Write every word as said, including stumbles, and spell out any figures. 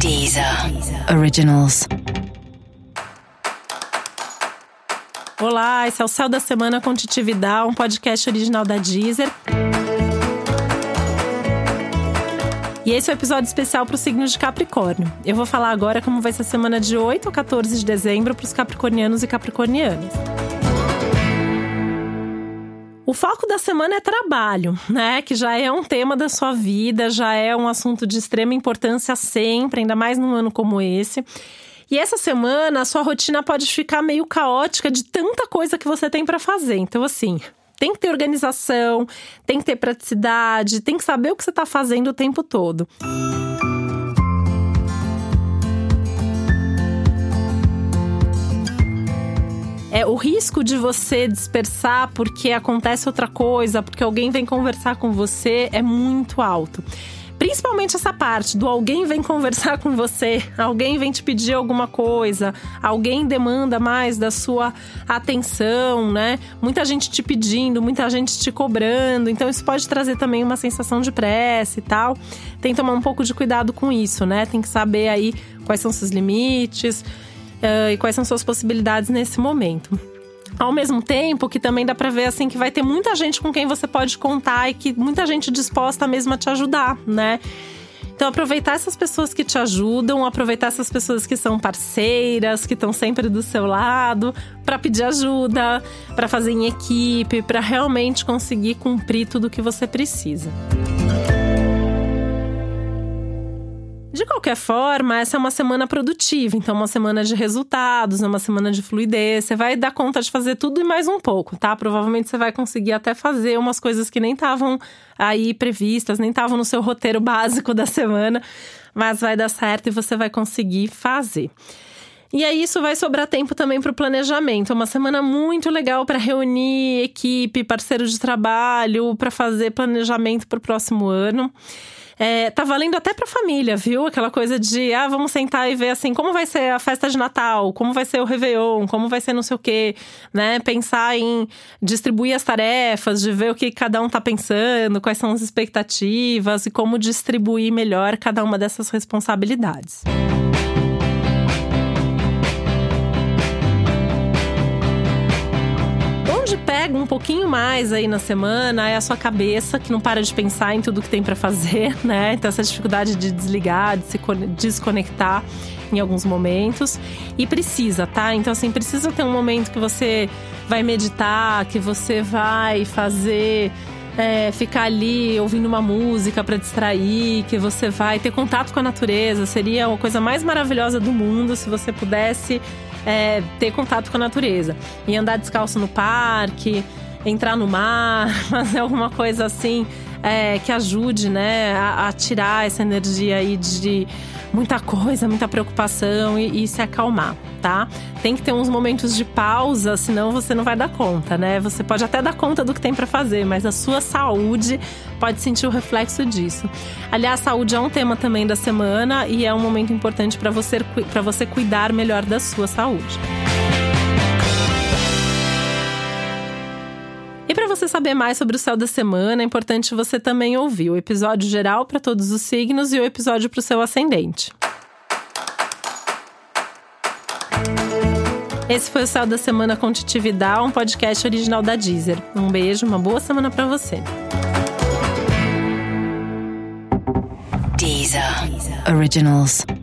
Deezer Originals. Olá, esse é o Céu da Semana com Titi Vidal, um podcast original da Deezer. E esse é o um episódio especial para o signo de Capricórnio. Eu vou falar agora como vai ser a semana de oito a quatorze de dezembro para os capricornianos e capricornianas. O foco da semana é trabalho, né? Que já é um tema da sua vida, já é um assunto de extrema importância sempre, ainda mais num ano como esse. E essa semana a sua rotina pode ficar meio caótica de tanta coisa que você tem para fazer. Então, assim, tem que ter organização, tem que ter praticidade, tem que saber o que você está fazendo o tempo todo. É, o risco de você dispersar porque acontece outra coisa, porque alguém vem conversar com você, é muito alto. Principalmente essa parte do alguém vem conversar com você, alguém vem te pedir alguma coisa, alguém demanda mais da sua atenção, né? Muita gente te pedindo, muita gente te cobrando, então isso pode trazer também uma sensação de pressa e tal. Tem que tomar um pouco de cuidado com isso, né? Tem que saber aí quais são seus limites uh, e quais são suas possibilidades nesse momento. Ao mesmo tempo que também dá pra ver assim que vai ter muita gente com quem você pode contar e que muita gente disposta mesmo a te ajudar, né? Então aproveitar essas pessoas que te ajudam, aproveitar essas pessoas que são parceiras, que estão sempre do seu lado, pra pedir ajuda, pra fazer em equipe, pra realmente conseguir cumprir tudo o que você precisa. De qualquer forma, essa é uma semana produtiva, então uma semana de resultados, uma semana de fluidez. Você vai dar conta de fazer tudo e mais um pouco, tá? Provavelmente você vai conseguir até fazer umas coisas que nem estavam aí previstas, nem estavam no seu roteiro básico da semana, mas vai dar certo e você vai conseguir fazer. E aí isso vai sobrar tempo também para o planejamento. É uma semana muito legal para reunir equipe, parceiros de trabalho, para fazer planejamento para o próximo ano. É, tá valendo até pra família, viu? Aquela coisa de, ah, vamos sentar e ver assim, como vai ser a festa de Natal, como vai ser o Réveillon, como vai ser não sei o quê, né? Pensar em distribuir as tarefas, de ver o que cada um tá pensando, quais são as expectativas e como distribuir melhor cada uma dessas responsabilidades. Pega um pouquinho mais aí na semana é a sua cabeça, que não para de pensar em tudo que tem pra fazer, né? Então essa dificuldade de desligar, de se desconectar em alguns momentos. E precisa, tá? Então assim, precisa ter um momento que você vai meditar, que você vai fazer... É, ficar ali ouvindo uma música para distrair, que você vai ter contato com a natureza. Seria a coisa mais maravilhosa do mundo se você pudesse é, ter contato com a natureza. E andar descalço no parque, entrar no mar, fazer alguma coisa assim é, que ajude, né, a, a tirar essa energia aí de muita coisa, muita preocupação e, e se acalmar, tá? Tem que ter uns momentos de pausa, senão você não vai dar conta, né? Você pode até dar conta do que tem pra fazer, mas a sua saúde pode sentir o reflexo disso. Aliás, saúde é um tema também da semana e é um momento importante para você, para você cuidar melhor da sua saúde. E para você saber mais sobre o céu da semana, é importante você também ouvir o episódio geral para todos os signos e o episódio para o seu ascendente. Esse foi o Céu da Semana com Titi Vidal, um podcast original da Deezer. Um beijo, uma boa semana para você. Deezer Originals.